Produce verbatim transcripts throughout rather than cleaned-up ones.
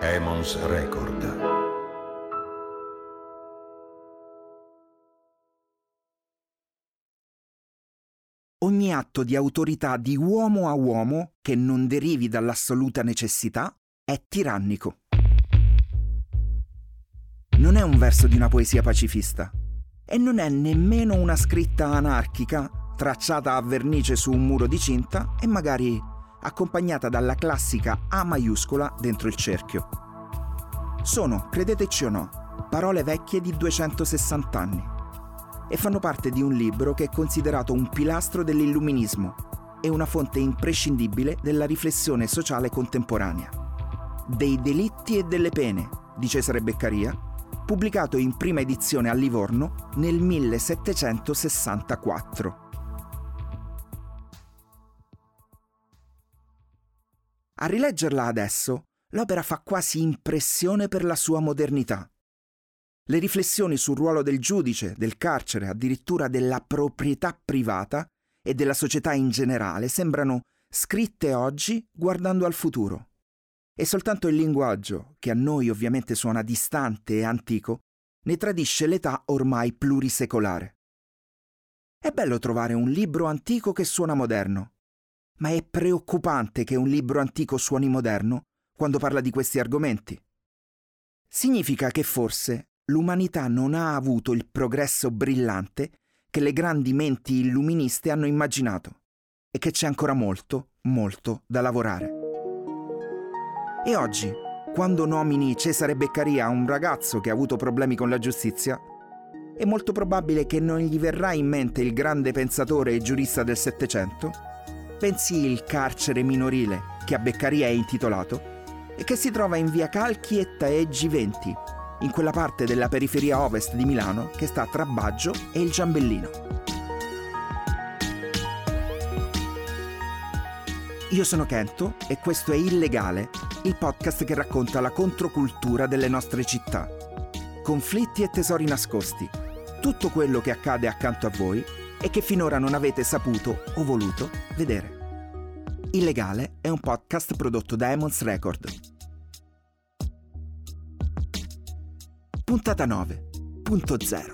Demons Record. Ogni atto di autorità di uomo a uomo che non derivi dall'assoluta necessità è tirannico. Non è un verso di una poesia pacifista e non è nemmeno una scritta anarchica tracciata a vernice su un muro di cinta e magari accompagnata dalla classica A maiuscola dentro il cerchio. Sono, credeteci o no, parole vecchie di duecentosessanta anni e fanno parte di un libro che è considerato un pilastro dell'illuminismo e una fonte imprescindibile della riflessione sociale contemporanea. Dei delitti e delle pene di Cesare Beccaria, pubblicato in prima edizione a Livorno nel millesettecentosessantaquattro. A rileggerla adesso, l'opera fa quasi impressione per la sua modernità. Le riflessioni sul ruolo del giudice, del carcere, addirittura della proprietà privata e della società in generale sembrano scritte oggi guardando al futuro. E soltanto il linguaggio, che a noi ovviamente suona distante e antico, ne tradisce l'età ormai plurisecolare. È bello trovare un libro antico che suona moderno, ma è preoccupante che un libro antico suoni moderno quando parla di questi argomenti. Significa che forse l'umanità non ha avuto il progresso brillante che le grandi menti illuministe hanno immaginato e che c'è ancora molto, molto da lavorare. E oggi, quando nomini Cesare Beccaria a un ragazzo che ha avuto problemi con la giustizia, è molto probabile che non gli verrà in mente il grande pensatore e giurista del Settecento, bensì il carcere minorile che a Beccaria è intitolato e che si trova in via Calchi e Taeggi venti, in quella parte della periferia ovest di Milano che sta tra Baggio e il Giambellino. Io sono Kento e questo è Illegale, il podcast che racconta la controcultura delle nostre città. Conflitti e tesori nascosti, tutto quello che accade accanto a voi e che finora non avete saputo o voluto vedere. Illegale è un podcast prodotto da Demons Record. Puntata nove punto zero.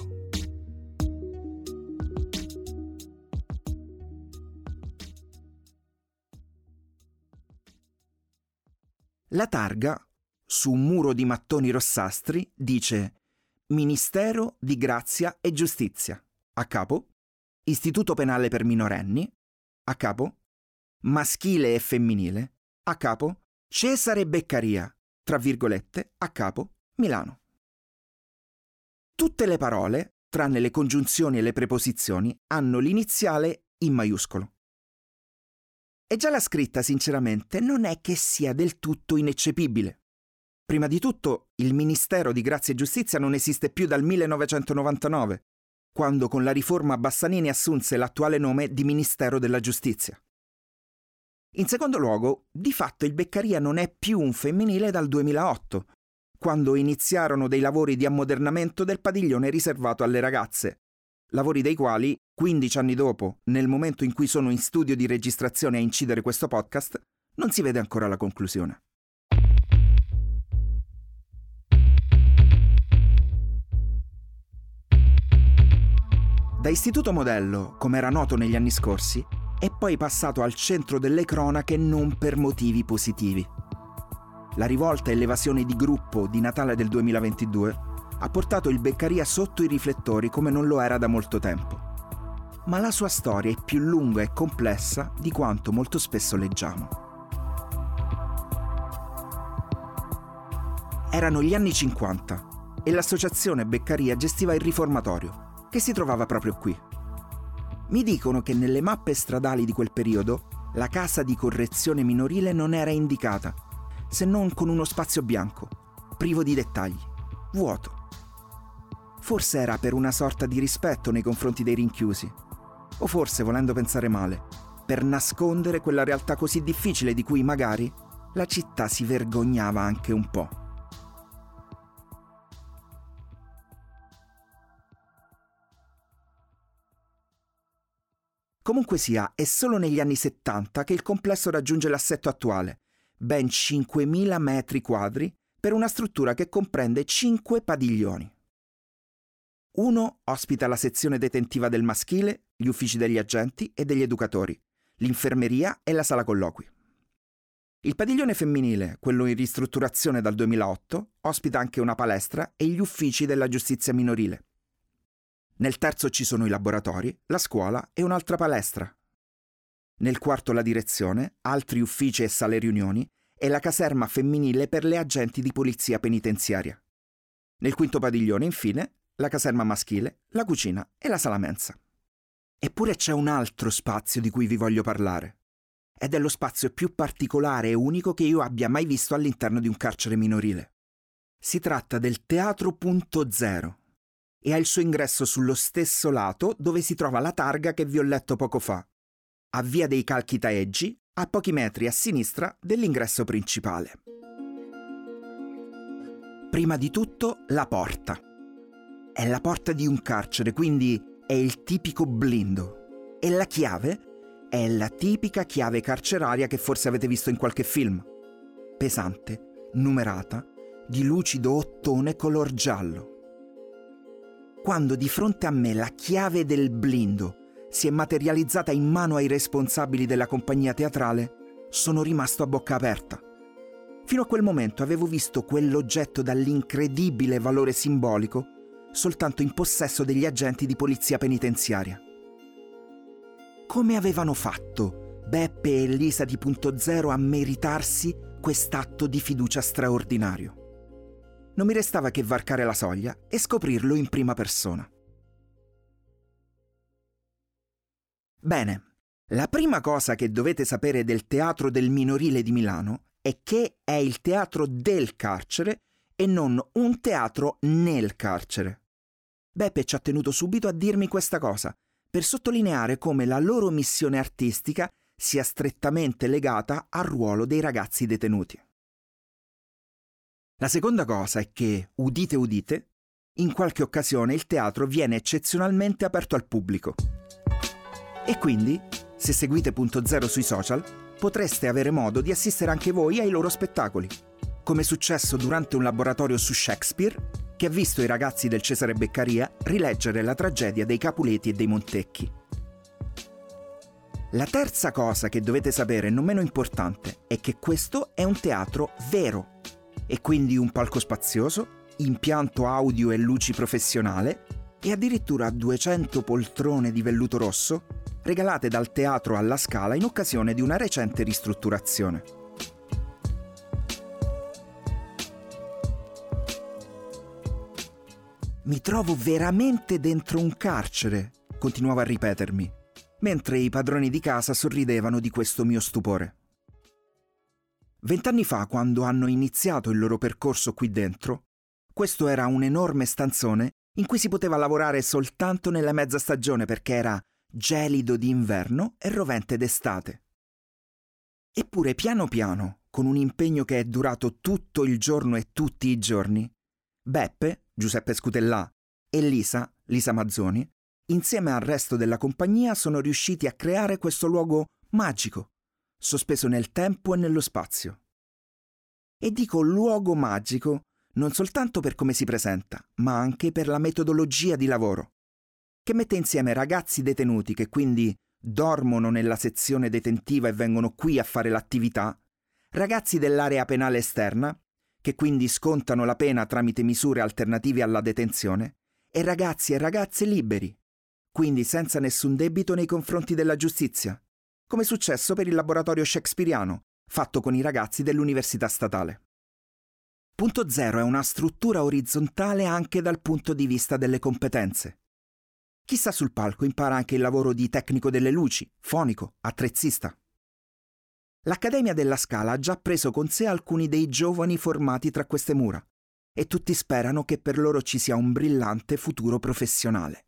La targa, su un muro di mattoni rossastri, dice Ministero di Grazia e Giustizia. A capo, Istituto Penale per Minorenni. A capo, Maschile e Femminile. A capo, Cesare Beccaria. Tra virgolette, a capo, Milano. Tutte le parole, tranne le congiunzioni e le preposizioni, hanno l'iniziale in maiuscolo. E già la scritta, sinceramente, non è che sia del tutto ineccepibile. Prima di tutto, il Ministero di Grazia e Giustizia non esiste più dal millenovecentonovantanove, quando con la riforma Bassanini assunse l'attuale nome di Ministero della Giustizia. In secondo luogo, di fatto il Beccaria non è più un femminile dal duemilaotto, quando iniziarono dei lavori di ammodernamento del padiglione riservato alle ragazze, lavori dei quali, quindici anni dopo, nel momento in cui sono in studio di registrazione a incidere questo podcast, non si vede ancora la conclusione. Da istituto modello, come era noto negli anni scorsi, è poi passato al centro delle cronache non per motivi positivi. La rivolta e l'evasione di gruppo di Natale del duemilaventidue ha portato il Beccaria sotto i riflettori come non lo era da molto tempo. Ma la sua storia è più lunga e complessa di quanto molto spesso leggiamo. Erano gli anni cinquanta e l'associazione Beccaria gestiva il riformatorio, che si trovava proprio qui. Mi dicono che nelle mappe stradali di quel periodo la casa di correzione minorile non era indicata, se non con uno spazio bianco, privo di dettagli, vuoto. Forse era per una sorta di rispetto nei confronti dei rinchiusi, o forse, volendo pensare male, per nascondere quella realtà così difficile di cui magari la città si vergognava anche un po'. Comunque sia, è solo negli anni settanta che il complesso raggiunge l'assetto attuale, ben cinquemila metri quadri, per una struttura che comprende cinque padiglioni. Uno ospita la sezione detentiva del maschile, gli uffici degli agenti e degli educatori, l'infermeria e la sala colloqui. Il padiglione femminile, quello in ristrutturazione dal duemilaotto, ospita anche una palestra e gli uffici della giustizia minorile. Nel terzo ci sono i laboratori, la scuola e un'altra palestra. Nel quarto la direzione, altri uffici e sale riunioni e la caserma femminile per le agenti di polizia penitenziaria. Nel quinto padiglione, infine, la caserma maschile, la cucina e la sala mensa. Eppure c'è un altro spazio di cui vi voglio parlare. Ed è lo spazio più particolare e unico che io abbia mai visto all'interno di un carcere minorile. Si tratta del Teatro Punto Zero e ha il suo ingresso sullo stesso lato dove si trova la targa che vi ho letto poco fa, a Via dei Calchi Taeggi, a pochi metri a sinistra dell'ingresso principale. Prima di tutto, la porta. È la porta di un carcere, quindi è il tipico blindo. E la chiave è la tipica chiave carceraria che forse avete visto in qualche film. Pesante, numerata, di lucido ottone color giallo. Quando di fronte a me la chiave del blindo si è materializzata in mano ai responsabili della compagnia teatrale, sono rimasto a bocca aperta. Fino a quel momento avevo visto quell'oggetto dall'incredibile valore simbolico soltanto in possesso degli agenti di polizia penitenziaria. Come avevano fatto Beppe e Elisa di Punto Zero a meritarsi quest'atto di fiducia straordinario? Non mi restava che varcare la soglia e scoprirlo in prima persona. Bene, la prima cosa che dovete sapere del Teatro del Minorile di Milano è che è il teatro del carcere e non un teatro nel carcere. Beppe ci ha tenuto subito a dirmi questa cosa, per sottolineare come la loro missione artistica sia strettamente legata al ruolo dei ragazzi detenuti. La seconda cosa è che, udite udite, in qualche occasione il teatro viene eccezionalmente aperto al pubblico. E quindi, se seguite Punto Zero sui social, potreste avere modo di assistere anche voi ai loro spettacoli, come è successo durante un laboratorio su Shakespeare che ha visto i ragazzi del Cesare Beccaria rileggere la tragedia dei Capuleti e dei Montecchi. La terza cosa che dovete sapere, non meno importante, è che questo è un teatro vero, e quindi un palco spazioso, impianto audio e luci professionale e addirittura duecento poltrone di velluto rosso regalate dal Teatro alla Scala in occasione di una recente ristrutturazione. Mi trovo veramente dentro un carcere, continuavo a ripetermi, mentre i padroni di casa sorridevano di questo mio stupore. Vent'anni fa, quando hanno iniziato il loro percorso qui dentro, questo era un enorme stanzone in cui si poteva lavorare soltanto nella mezza stagione perché era gelido d'inverno e rovente d'estate. Eppure piano piano, con un impegno che è durato tutto il giorno e tutti i giorni, Beppe, Giuseppe Scutellà e Lisa, Lisa Mazzoni, insieme al resto della compagnia sono riusciti a creare questo luogo magico, sospeso nel tempo e nello spazio. E dico luogo magico non soltanto per come si presenta, ma anche per la metodologia di lavoro, che mette insieme ragazzi detenuti che quindi dormono nella sezione detentiva e vengono qui a fare l'attività, ragazzi dell'area penale esterna, che quindi scontano la pena tramite misure alternative alla detenzione, e ragazzi e ragazze liberi, quindi senza nessun debito nei confronti della giustizia, come è successo per il laboratorio shakespeariano, fatto con i ragazzi dell'Università Statale. Punto Zero è una struttura orizzontale anche dal punto di vista delle competenze. Chi sta sul palco impara anche il lavoro di tecnico delle luci, fonico, attrezzista. L'Accademia della Scala ha già preso con sé alcuni dei giovani formati tra queste mura e tutti sperano che per loro ci sia un brillante futuro professionale.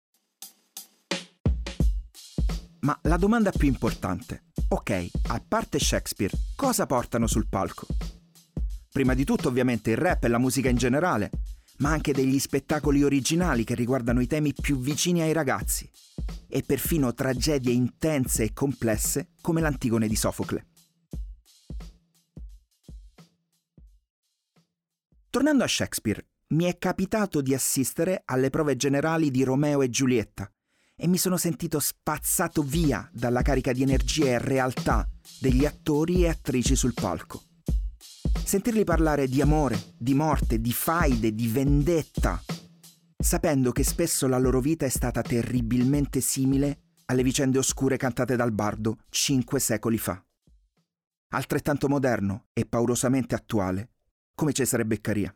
Ma la domanda più importante, ok, a parte Shakespeare, cosa portano sul palco? Prima di tutto ovviamente il rap e la musica in generale, ma anche degli spettacoli originali che riguardano i temi più vicini ai ragazzi e perfino tragedie intense e complesse come l'Antigone di Sofocle. Tornando a Shakespeare, mi è capitato di assistere alle prove generali di Romeo e Giulietta e mi sono sentito spazzato via dalla carica di energia e realtà degli attori e attrici sul palco. Sentirli parlare di amore, di morte, di faide, di vendetta, sapendo che spesso la loro vita è stata terribilmente simile alle vicende oscure cantate dal bardo cinque secoli fa. Altrettanto moderno e paurosamente attuale come Cesare Beccaria.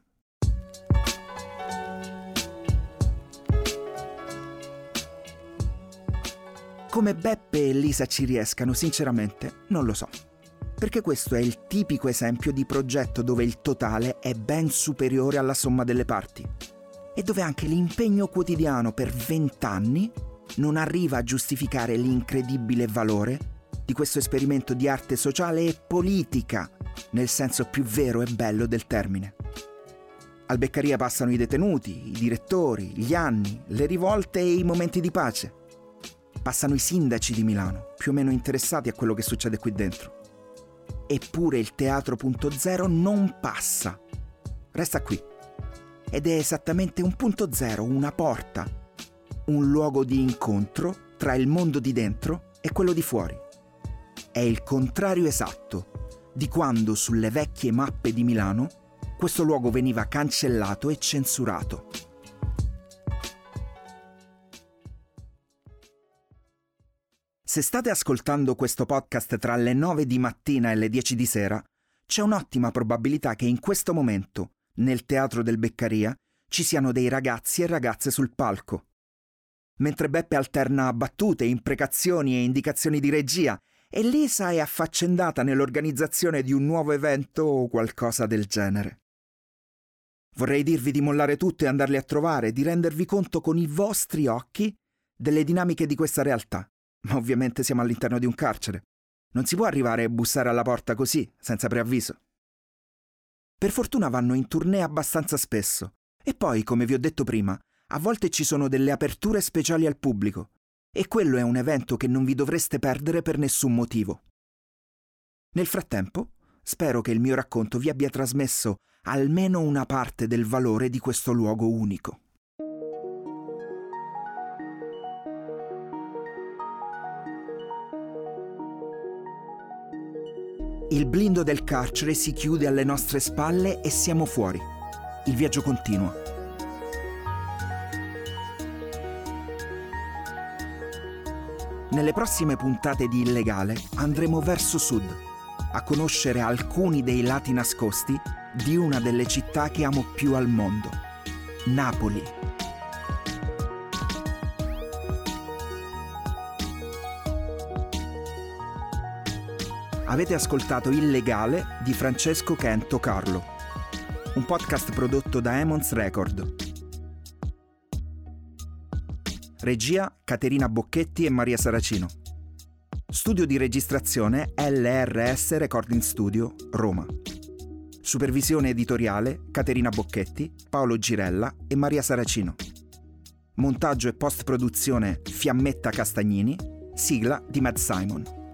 Come Beppe e Lisa ci riescano, sinceramente, non lo so. Perché questo è il tipico esempio di progetto dove il totale è ben superiore alla somma delle parti e dove anche l'impegno quotidiano per vent'anni non arriva a giustificare l'incredibile valore di questo esperimento di arte sociale e politica, nel senso più vero e bello del termine. Al Beccaria passano i detenuti, i direttori, gli anni, le rivolte e i momenti di pace. Passano i sindaci di Milano, più o meno interessati a quello che succede qui dentro. Eppure il Teatro punto zero non passa. Resta qui. Ed è esattamente un punto zero, una porta, un luogo di incontro tra il mondo di dentro e quello di fuori. È il contrario esatto di quando sulle vecchie mappe di Milano questo luogo veniva cancellato e censurato. Se state ascoltando questo podcast tra le nove di mattina e le dieci di sera, c'è un'ottima probabilità che in questo momento, nel Teatro del Beccaria, ci siano dei ragazzi e ragazze sul palco. Mentre Beppe alterna battute, imprecazioni e indicazioni di regia, e Lisa è affaccendata nell'organizzazione di un nuovo evento o qualcosa del genere. Vorrei dirvi di mollare tutto e andarli a trovare, di rendervi conto con i vostri occhi delle dinamiche di questa realtà. Ma ovviamente siamo all'interno di un carcere. Non si può arrivare e bussare alla porta così, senza preavviso. Per fortuna vanno in tournée abbastanza spesso. E poi, come vi ho detto prima, a volte ci sono delle aperture speciali al pubblico. E quello è un evento che non vi dovreste perdere per nessun motivo. Nel frattempo, spero che il mio racconto vi abbia trasmesso almeno una parte del valore di questo luogo unico. Il blindo del carcere si chiude alle nostre spalle e siamo fuori. Il viaggio continua. Nelle prossime puntate di Illegale andremo verso sud, a conoscere alcuni dei lati nascosti di una delle città che amo più al mondo, Napoli. Avete ascoltato Illegale di Francesco Kento Carlo, un podcast prodotto da Emons Record. Regia Caterina Bocchetti e Maria Saracino. Studio di registrazione L R S Recording Studio, Roma. Supervisione editoriale Caterina Bocchetti, Paolo Girella e Maria Saracino. Montaggio e post-produzione Fiammetta Castagnini. Sigla di Matt Simon.